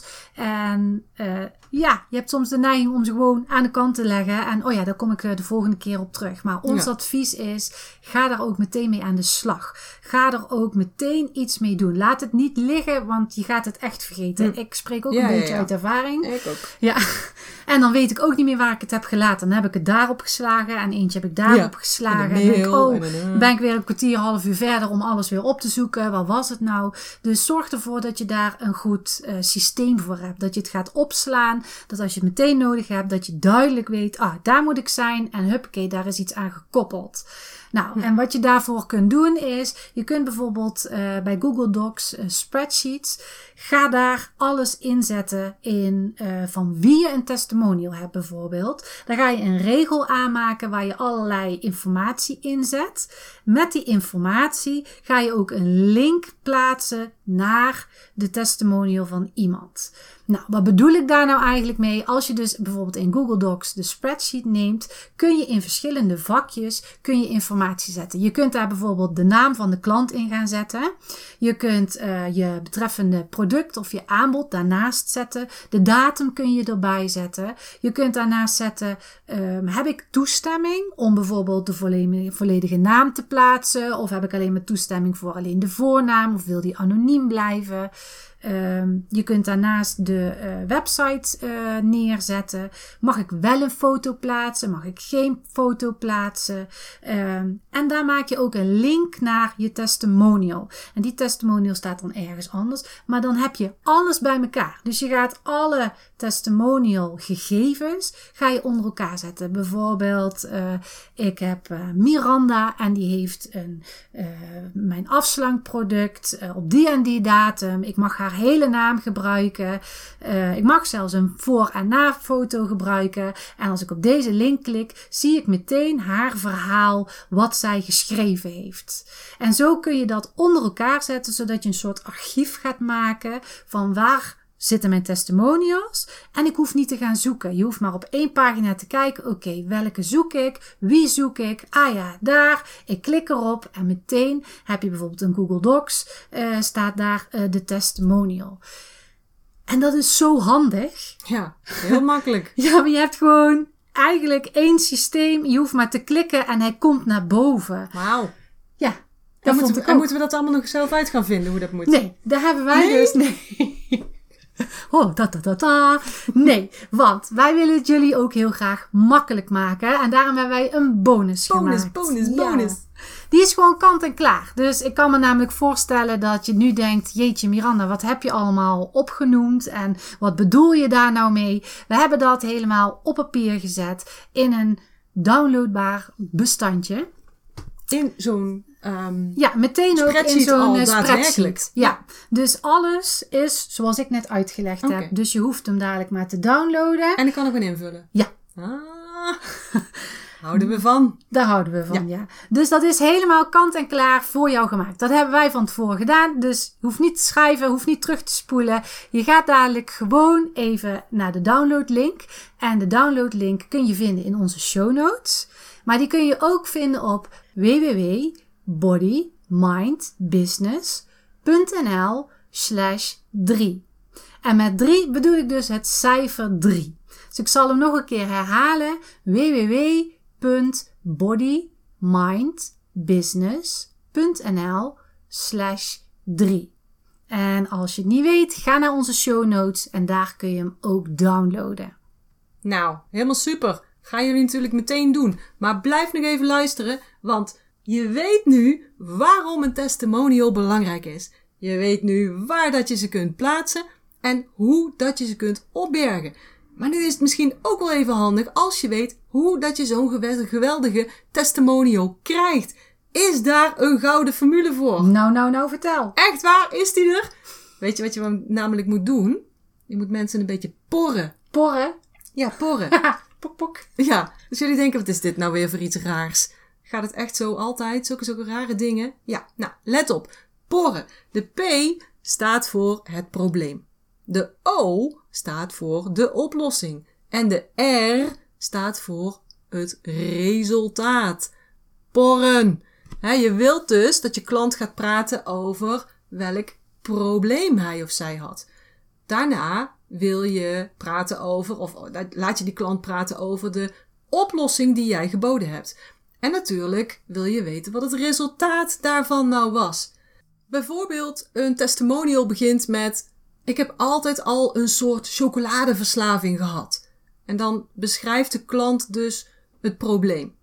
En uh, ja, je hebt soms de neiging om ze gewoon aan de kant te leggen. En oh ja, daar kom ik uh, de volgende keer op terug. Maar ons Ja. advies is, ga daar ook meteen mee aan de slag. Ga er ook meteen iets mee doen. Laat het niet liggen, want je gaat het echt vergeten. Hm. Ik spreek ook Ja, een ja, beetje ja. uit ervaring. Ik ook. Ja, en dan weet ik ook niet meer waar ik het heb gelaten. Dan heb ik het daarop geslagen en eentje heb ik daarop Ja, geslagen. en de En dan denk ik, mail, oh, en dan, uh. dan ben ik weer een kwartier, half uur verder om alles weer op te zoeken. Wat was het nou? Dus zorg ervoor dat je daar een goed uh, systeem voor hebt. Dat je het gaat opslaan. Dat als je het meteen nodig hebt, dat je duidelijk weet, ah, daar moet ik zijn. En huppakee, daar is iets aan gekoppeld. Nou, en wat je daarvoor kunt doen is, je kunt bijvoorbeeld uh, bij Google Docs uh, spreadsheets, ga daar alles inzetten in uh, van wie je een testimonial hebt bijvoorbeeld. Dan ga je een regel aanmaken waar je allerlei informatie inzet. Met die informatie ga je ook een link plaatsen naar de testimonial van iemand. Nou, wat bedoel ik daar nou eigenlijk mee? Als je dus bijvoorbeeld in Google Docs de spreadsheet neemt, kun je in verschillende vakjes kun je informatie zetten. Je kunt daar bijvoorbeeld de naam van de klant in gaan zetten. Je kunt uh, je betreffende product of je aanbod daarnaast zetten. De datum kun je erbij zetten. Je kunt daarnaast zetten, um, heb ik toestemming om bijvoorbeeld de volledige, volledige naam te plaatsen? Of heb ik alleen maar toestemming voor alleen de voornaam? Of wil die anoniem blijven? Um, je kunt daarnaast de uh, website uh, neerzetten. Mag ik wel een foto plaatsen? Mag ik geen foto plaatsen? Um, en daar maak je ook een link naar je testimonial. En die testimonial staat dan ergens anders. Maar dan heb je alles bij elkaar. Dus je gaat alle testimonial gegevens ga je onder elkaar zetten. Bijvoorbeeld, uh, ik heb uh, Miranda en die heeft een, uh, mijn afslankproduct uh, op die en die datum. Ik mag haar hele naam gebruiken. Uh, ik mag zelfs een voor- en na-foto gebruiken. En als ik op deze link klik, zie ik meteen haar verhaal, wat zij geschreven heeft. En zo kun je dat onder elkaar zetten, zodat je een soort archief gaat maken van waar zitten mijn testimonials. En ik hoef niet te gaan zoeken. Je hoeft maar op één pagina te kijken. Oké, okay, welke zoek ik? Wie zoek ik? Ah ja, daar. Ik klik erop en meteen heb je bijvoorbeeld in Google Docs, uh, staat daar uh, de testimonial. En dat is zo handig. Ja, heel makkelijk. Ja, maar je hebt gewoon eigenlijk één systeem. Je hoeft maar te klikken en hij komt naar boven. Wauw. Ja. En moeten, we, en moeten we dat allemaal nog zelf uit gaan vinden, hoe dat moet? Nee, daar hebben wij nee? dus... Nee. Oh, da, da, da, da. Nee, want wij willen het jullie ook heel graag makkelijk maken. En daarom hebben wij een bonus, bonus gemaakt. Bonus, bonus, ja. bonus. Die is gewoon kant en klaar. Dus ik kan me namelijk voorstellen dat je nu denkt, jeetje Miranda, wat heb je allemaal opgenoemd? En wat bedoel je daar nou mee? We hebben dat helemaal op papier gezet in een downloadbaar bestandje. In zo'n um, Ja, meteen ook in zo'n uh, spreadsheet. Ja. ja, dus alles is zoals ik net uitgelegd okay. heb. Dus je hoeft hem dadelijk maar te downloaden. En ik kan ook gewoon invullen? Ja. Ah, houden we van. Daar houden we van, ja. ja. Dus dat is helemaal kant en klaar voor jou gemaakt. Dat hebben wij van tevoren gedaan. Dus je hoeft niet te schrijven, hoeft niet terug te spoelen. Je gaat dadelijk gewoon even naar de downloadlink. En de downloadlink kun je vinden in onze show notes. Maar die kun je ook vinden op w w w punt body mind business punt n l slash drie. En met drie bedoel ik dus het cijfer drie. Dus ik zal hem nog een keer herhalen. w w w punt body mind business punt n l slash drie. En als je het niet weet, ga naar onze show notes en daar kun je hem ook downloaden. Nou, helemaal super. Gaan jullie natuurlijk meteen doen. Maar blijf nog even luisteren, want je weet nu waarom een testimonial belangrijk is. Je weet nu waar dat je ze kunt plaatsen en hoe dat je ze kunt opbergen. Maar nu is het misschien ook wel even handig als je weet hoe dat je zo'n geweldige testimonial krijgt. Is daar een gouden formule voor? Nou, nou, nou, vertel. Echt waar? Is die er? Weet je wat je namelijk moet doen? Je moet mensen een beetje porren. Porren? Ja, porren. Pok, pok. Ja, dus jullie denken, wat is dit nou weer voor iets raars? Gaat het echt zo altijd? Zulke, zulke rare dingen? Ja, nou, let op. Porren. De P staat voor het probleem. De O staat voor de oplossing. En de R staat voor het resultaat. Porren. He, je wilt dus dat je klant gaat praten over welk probleem hij of zij had. Daarna wil je praten over, of laat je die klant praten over de oplossing die jij geboden hebt. En natuurlijk wil je weten wat het resultaat daarvan nou was. Bijvoorbeeld een testimonial begint met: ik heb altijd al een soort chocoladeverslaving gehad. En dan beschrijft de klant dus het probleem.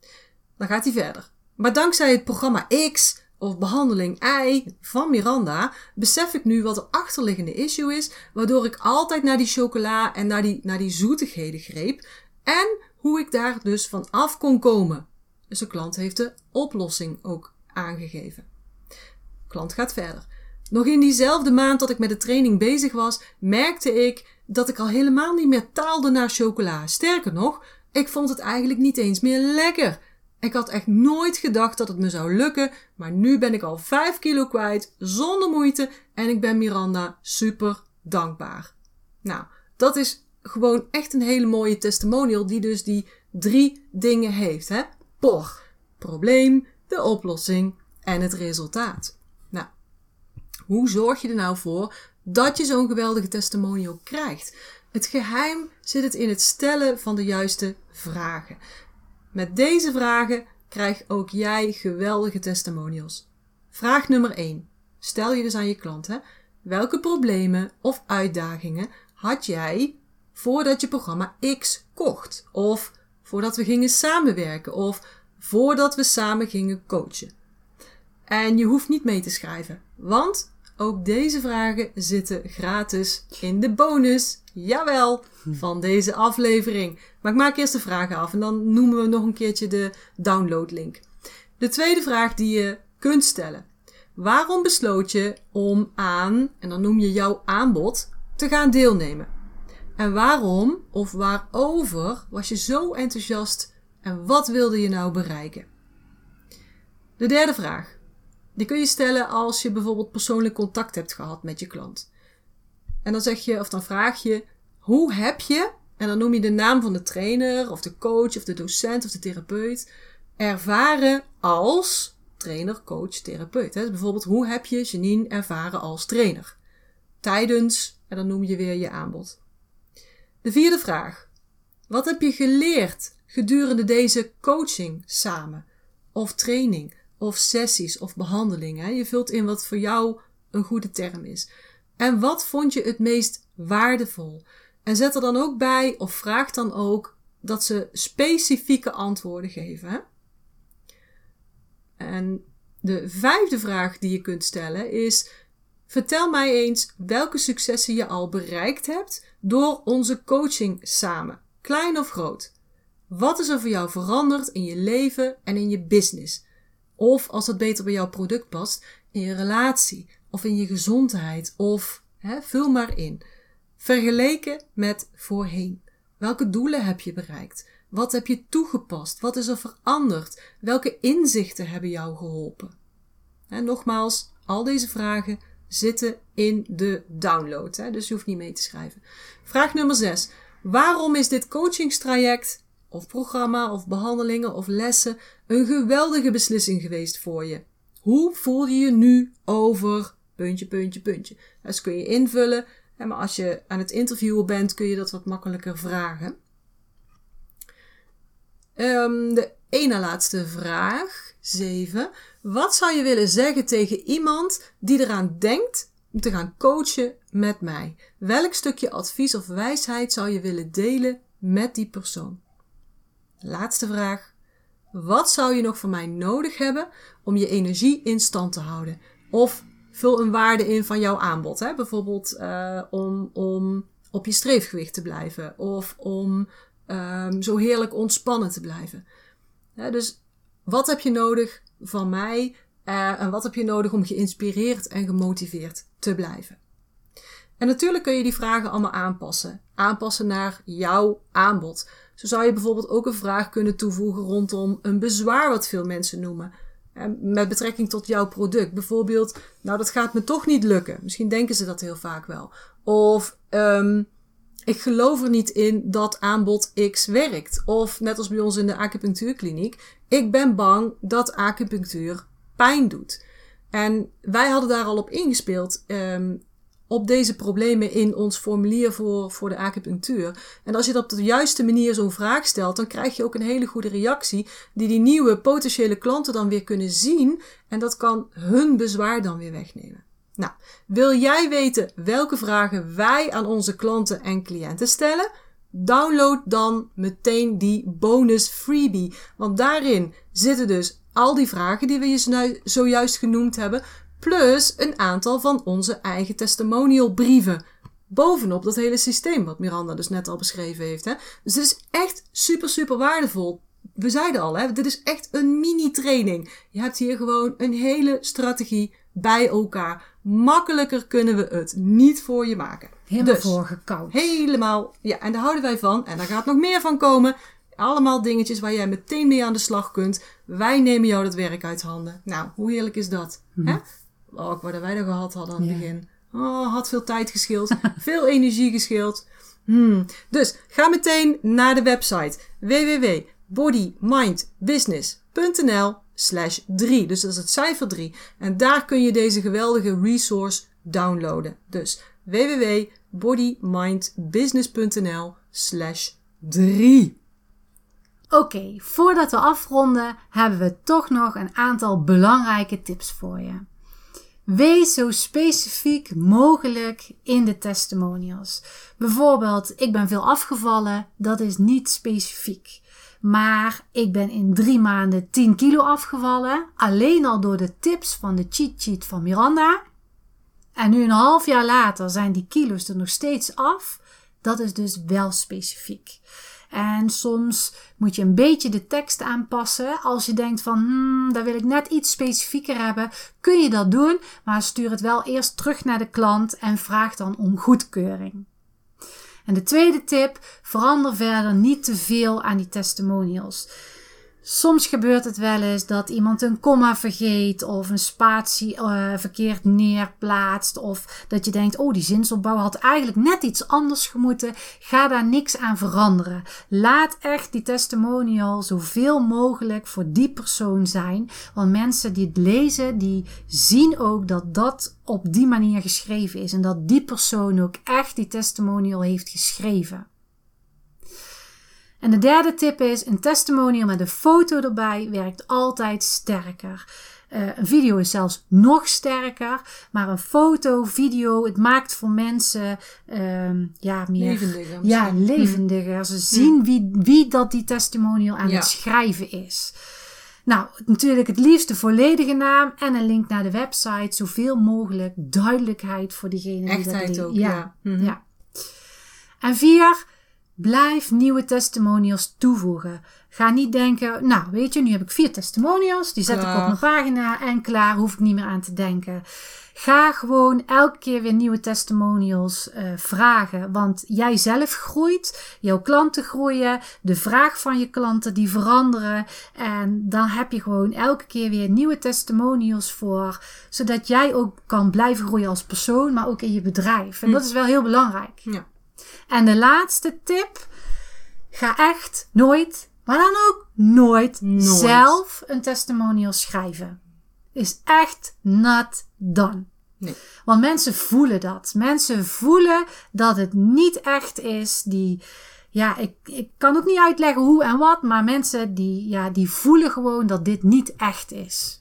Dan gaat hij verder. Maar dankzij het programma X of behandeling Y van Miranda besef ik nu wat de achterliggende issue is, waardoor ik altijd naar die chocola en naar die, naar die zoetigheden greep en hoe ik daar dus van af kon komen. Dus de klant heeft de oplossing ook aangegeven. De klant gaat verder. Nog in diezelfde maand dat ik met de training bezig was, merkte ik dat ik al helemaal niet meer taalde naar chocola. Sterker nog, ik vond het eigenlijk niet eens meer lekker. Ik had echt nooit gedacht dat het me zou lukken, maar nu ben ik al vijf kilo kwijt, zonder moeite, en ik ben Miranda super dankbaar. Nou, dat is gewoon echt een hele mooie testimonial die dus die drie dingen heeft, hè? Por, probleem, de oplossing en het resultaat. Nou, hoe zorg je er nou voor dat je zo'n geweldige testimonial krijgt? Het geheim zit het in het stellen van de juiste vragen. Met deze vragen krijg ook jij geweldige testimonials. Vraag nummer één. Stel je dus aan je klant, hè? Welke problemen of uitdagingen had jij voordat je programma X kocht? Of voordat we gingen samenwerken? Of voordat we samen gingen coachen? En je hoeft niet mee te schrijven, want ook deze vragen zitten gratis in de bonus, jawel, van deze aflevering. Maar ik maak eerst de vragen af en dan noemen we nog een keertje de downloadlink. De tweede vraag die je kunt stellen. Waarom besloot je om aan, en dan noem je jouw aanbod, te gaan deelnemen? En waarom of waarover was je zo enthousiast en wat wilde je nou bereiken? De derde vraag. Die kun je stellen als je bijvoorbeeld persoonlijk contact hebt gehad met je klant. En dan zeg je, of dan vraag je, hoe heb je, en dan noem je de naam van de trainer, of de coach, of de docent, of de therapeut, ervaren als trainer, coach, therapeut. Dus bijvoorbeeld, hoe heb je Janine ervaren als trainer? Tijdens, en dan noem je weer je aanbod. De vierde vraag. Wat heb je geleerd gedurende deze coaching samen? Of training? Of sessies of behandelingen. Je vult in wat voor jou een goede term is. En wat vond je het meest waardevol? En zet er dan ook bij of vraag dan ook dat ze specifieke antwoorden geven. Hè? En de vijfde vraag die je kunt stellen is: vertel mij eens welke successen je al bereikt hebt door onze coaching samen. Klein of groot. Wat is er voor jou veranderd in je leven en in je business? Of als het beter bij jouw product past, in je relatie of in je gezondheid of hè, vul maar in. Vergeleken met voorheen. Welke doelen heb je bereikt? Wat heb je toegepast? Wat is er veranderd? Welke inzichten hebben jou geholpen? En nogmaals, al deze vragen zitten in de download. Hè? Dus je hoeft niet mee te schrijven. Vraag nummer zes. Waarom is dit coachingstraject of programma of behandelingen of lessen een geweldige beslissing geweest voor je? Hoe voel je je nu over puntje, puntje, puntje? Dus kun je invullen. Maar als je aan het interviewen bent, kun je dat wat makkelijker vragen. Um, de ene laatste vraag, zeven. Wat zou je willen zeggen tegen iemand die eraan denkt om te gaan coachen met mij? Welk stukje advies of wijsheid zou je willen delen met die persoon? Laatste vraag. Wat zou je nog van mij nodig hebben om je energie in stand te houden? Of vul een waarde in van jouw aanbod. Hè? Bijvoorbeeld uh, om, om op je streefgewicht te blijven. Of om um, zo heerlijk ontspannen te blijven. Ja, dus wat heb je nodig van mij? Uh, en wat heb je nodig om geïnspireerd en gemotiveerd te blijven? En natuurlijk kun je die vragen allemaal aanpassen. Aanpassen naar jouw aanbod. Zo zou je bijvoorbeeld ook een vraag kunnen toevoegen rondom een bezwaar wat veel mensen noemen. Met betrekking tot jouw product. Bijvoorbeeld, nou dat gaat me toch niet lukken. Misschien denken ze dat heel vaak wel. Of, um, ik geloof er niet in dat aanbod X werkt. Of, net als bij ons in de acupunctuurkliniek, ik ben bang dat acupunctuur pijn doet. En wij hadden daar al op ingespeeld, um, op deze problemen in ons formulier voor, voor de acupunctuur. En als je dat op de juiste manier zo'n vraag stelt, dan krijg je ook een hele goede reactie die die nieuwe potentiële klanten dan weer kunnen zien. En dat kan hun bezwaar dan weer wegnemen. Nou, wil jij weten welke vragen wij aan onze klanten en cliënten stellen? Download dan meteen die bonus freebie. Want daarin zitten dus al die vragen die we je zojuist genoemd hebben, plus een aantal van onze eigen testimonialbrieven. Bovenop dat hele systeem wat Miranda dus net al beschreven heeft. Hè? Dus dit is echt super, super waardevol. We zeiden al, hè, dit is echt een mini-training. Je hebt hier gewoon een hele strategie bij elkaar. Makkelijker kunnen we het niet voor je maken. Helemaal dus, voorgekoud. Helemaal, ja, en daar houden wij van. En daar gaat nog meer van komen. Allemaal dingetjes waar jij meteen mee aan de slag kunt. Wij nemen jou dat werk uit handen. Nou, hoe heerlijk is dat? Hmm. Hè? Oh, ik wou dat wij dat gehad hadden aan het ja. begin. Oh, had veel tijd gescheeld. Veel energie gescheeld. Hmm. Dus, ga meteen naar de website. w w w punt body mind business punt n l slash drie. Dus dat is het cijfer drie. En daar kun je deze geweldige resource downloaden. Dus, w w w punt body mind business punt n l slash drie. Oké, okay, voordat we afronden, hebben we toch nog een aantal belangrijke tips voor je. Wees zo specifiek mogelijk in de testimonials. Bijvoorbeeld, ik ben veel afgevallen, dat is niet specifiek. Maar ik ben in drie maanden tien kilo afgevallen, alleen al door de tips van de cheat sheet van Miranda. En nu een half jaar later zijn die kilo's er nog steeds af. Dat is dus wel specifiek. En soms moet je een beetje de tekst aanpassen. Als je denkt van, hmm, daar wil ik net iets specifieker hebben, kun je dat doen. Maar stuur het wel eerst terug naar de klant en vraag dan om goedkeuring. En de tweede tip, verander verder niet te veel aan die testimonials. Soms gebeurt het wel eens dat iemand een komma vergeet of een spatie uh, verkeerd neerplaatst. Of dat je denkt, oh die zinsopbouw had eigenlijk net iets anders gemoeten. Ga daar niks aan veranderen. Laat echt die testimonial zoveel mogelijk voor die persoon zijn. Want mensen die het lezen, die zien ook dat dat op die manier geschreven is. En dat die persoon ook echt die testimonial heeft geschreven. En de derde tip is, een testimonial met een foto erbij werkt altijd sterker. Uh, een video is zelfs nog sterker, maar een foto, video, het maakt voor mensen uh, ja, meer levendiger. Ja, levendiger. Ze zien wie, wie dat die testimonial aan ja. het schrijven is. Nou, natuurlijk het liefst de volledige naam en een link naar de website. Zoveel mogelijk duidelijkheid voor diegene die Echtheid dat ook, ja. ja. Mm-hmm. ja. En vier... Blijf nieuwe testimonials toevoegen. Ga niet denken, nou weet je, nu heb ik vier testimonials. Die zet Klaar. ik op mijn pagina en klaar, hoef ik niet meer aan te denken. Ga gewoon elke keer weer nieuwe testimonials uh, vragen. Want jij zelf groeit, jouw klanten groeien, de vraag van je klanten die veranderen. En dan heb je gewoon elke keer weer nieuwe testimonials voor. Zodat jij ook kan blijven groeien als persoon, maar ook in je bedrijf. En Hm. dat is wel heel belangrijk. Ja. En de laatste tip. Ga echt nooit, maar dan ook nooit, Nooit. zelf een testimonial schrijven. Is echt not done. Nee. Want mensen voelen dat. Mensen voelen dat het niet echt is. Die, ja, ik, ik kan ook niet uitleggen hoe en wat. Maar mensen die, ja, die voelen gewoon dat dit niet echt is.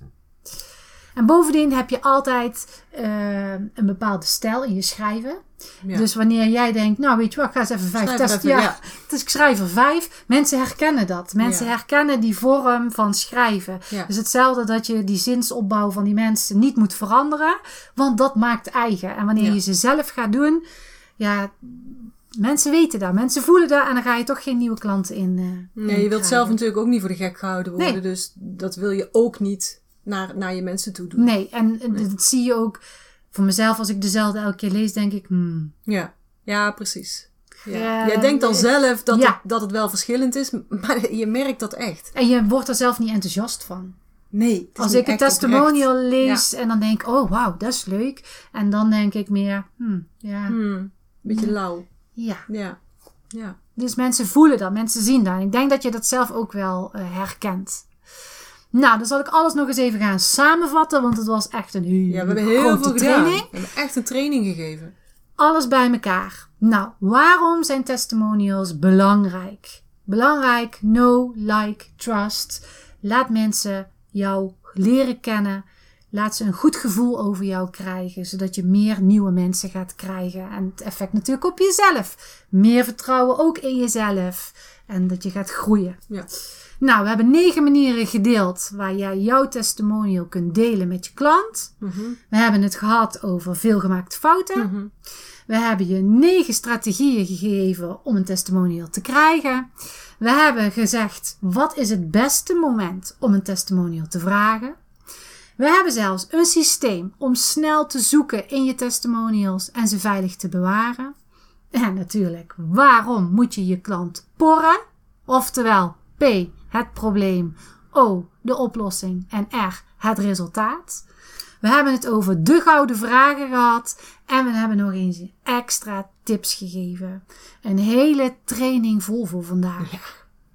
En bovendien heb je altijd uh, een bepaalde stijl in je schrijven. Ja. Dus wanneer jij denkt, nou weet je wat, ik ga eens even vijf Schrijf er testen. even, Ja, ja. dus ik schrijf er vijf. Mensen herkennen dat. Mensen Ja. herkennen die vorm van schrijven. Ja. Dus hetzelfde dat je die zinsopbouw van die mensen niet moet veranderen. Want dat maakt eigen. En wanneer Ja. je ze zelf gaat doen, ja, mensen weten dat. Mensen voelen dat en dan ga je toch geen nieuwe klanten in. Uh, Nee, je in wilt zelf natuurlijk ook niet voor de gek gehouden worden. Nee. Dus dat wil je ook niet naar, naar je mensen toe doen. Nee, en nee. dat zie je ook voor mezelf. Als ik dezelfde elke keer lees, denk ik, hmm. Ja, ja precies. Ja. Ja, Jij denkt dan zelf dat, ja. het, dat het wel verschillend is, maar je merkt dat echt. En je wordt er zelf niet enthousiast van. Nee, het is Als niet ik een echt testimonial oprecht. lees en dan denk ik, oh wauw, dat is leuk. En dan denk ik meer, hmm, ja, Hmm, beetje lauw. ja. Ja, ja. Dus mensen voelen dat, mensen zien dat. En ik denk dat je dat zelf ook wel uh, herkent. Nou, dan zal ik alles nog eens even gaan samenvatten, want het was echt een hele Ja, we hebben heel grote veel training. gedaan. We hebben echt een training gegeven. Alles bij elkaar. Nou, waarom zijn testimonials belangrijk? Belangrijk, know, like, trust. Laat mensen jou leren kennen. Laat ze een goed gevoel over jou krijgen, zodat je meer nieuwe mensen gaat krijgen. En het effect natuurlijk op jezelf. Meer vertrouwen ook in jezelf. En dat je gaat groeien. Ja. Nou, we hebben negen manieren gedeeld waar jij jouw testimonial kunt delen met je klant. Mm-hmm. We hebben het gehad over veelgemaakte fouten. Mm-hmm. We hebben je negen strategieën gegeven om een testimonial te krijgen. We hebben gezegd, wat is het beste moment om een testimonial te vragen? We hebben zelfs een systeem om snel te zoeken in je testimonials en ze veilig te bewaren. En natuurlijk, waarom moet je je klant porren? Oftewel, P, het probleem, O, de oplossing en R, het resultaat. We hebben het over de gouden vragen gehad en we hebben nog eens extra tips gegeven. Een hele training vol voor vandaag. Ja.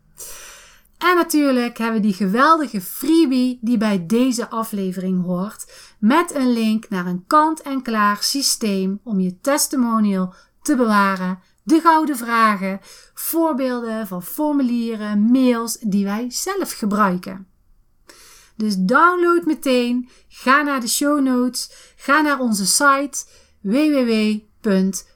En natuurlijk hebben we die geweldige freebie die bij deze aflevering hoort. Met een link naar een kant-en-klaar systeem om je testimonial te bewaren. De gouden vragen, voorbeelden van formulieren, mails die wij zelf gebruiken. Dus download meteen, ga naar de show notes, ga naar onze site w w w punt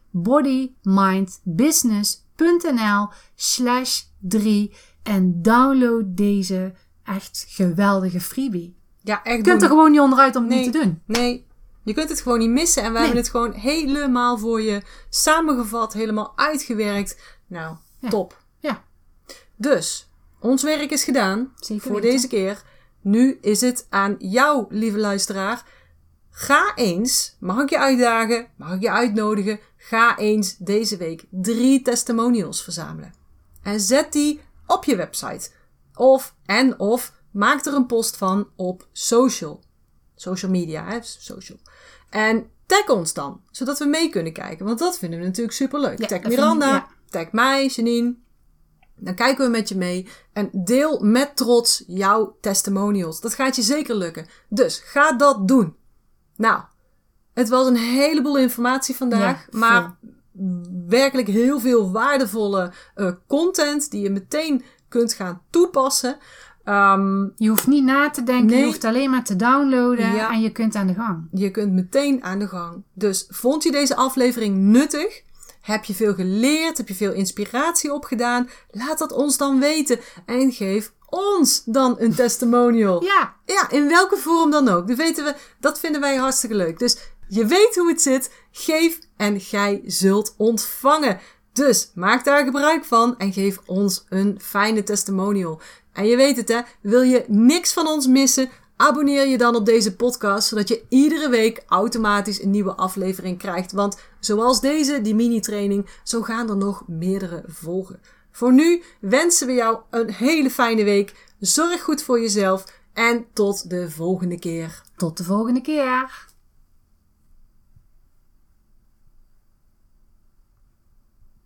bodymindbusiness.nl slash drie en download deze echt geweldige freebie. Ja, echt Je kunt doen. er gewoon niet onderuit om het Nee. niet te doen. Nee, je kunt het gewoon niet missen. En we Nee. hebben het gewoon helemaal voor je samengevat, helemaal uitgewerkt. Nou, Ja. top. Ja, Dus, ons werk is gedaan zeker voor weten. deze keer. Nu is het aan jou, lieve luisteraar. Ga eens, mag ik je uitdagen, mag ik je uitnodigen, ga eens deze week drie testimonials verzamelen. En zet die op je website. Of, en of, maak er een post van op social. Social media, hè, social. En tag ons dan, zodat we mee kunnen kijken. Want dat vinden we natuurlijk superleuk. Ja, tag dat Miranda, vinden we- ja. tag mij, Janine. Dan kijken we met je mee. En deel met trots jouw testimonials. Dat gaat je zeker lukken. Dus ga dat doen. Nou, het was een heleboel informatie vandaag. Ja, maar werkelijk heel veel waardevolle uh, content die je meteen kunt gaan toepassen. Um, Je hoeft niet na te denken, Nee. je hoeft alleen maar te downloaden Ja. en je kunt aan de gang. je kunt meteen aan de gang. Dus vond je deze aflevering nuttig? Heb je veel geleerd? Heb je veel inspiratie opgedaan? Laat dat ons dan weten. En geef ons dan een testimonial. Ja, Ja, in welke vorm dan ook. Dat weten we, dat vinden wij hartstikke leuk. Dus je weet hoe het zit. Geef en gij zult ontvangen. Dus maak daar gebruik van en geef ons een fijne testimonial. En je weet het hè, wil je niks van ons missen? Abonneer je dan op deze podcast, zodat je iedere week automatisch een nieuwe aflevering krijgt. Want zoals deze, die mini-training, zo gaan er nog meerdere volgen. Voor nu wensen we jou een hele fijne week. Zorg goed voor jezelf en tot de volgende keer. Tot de volgende keer.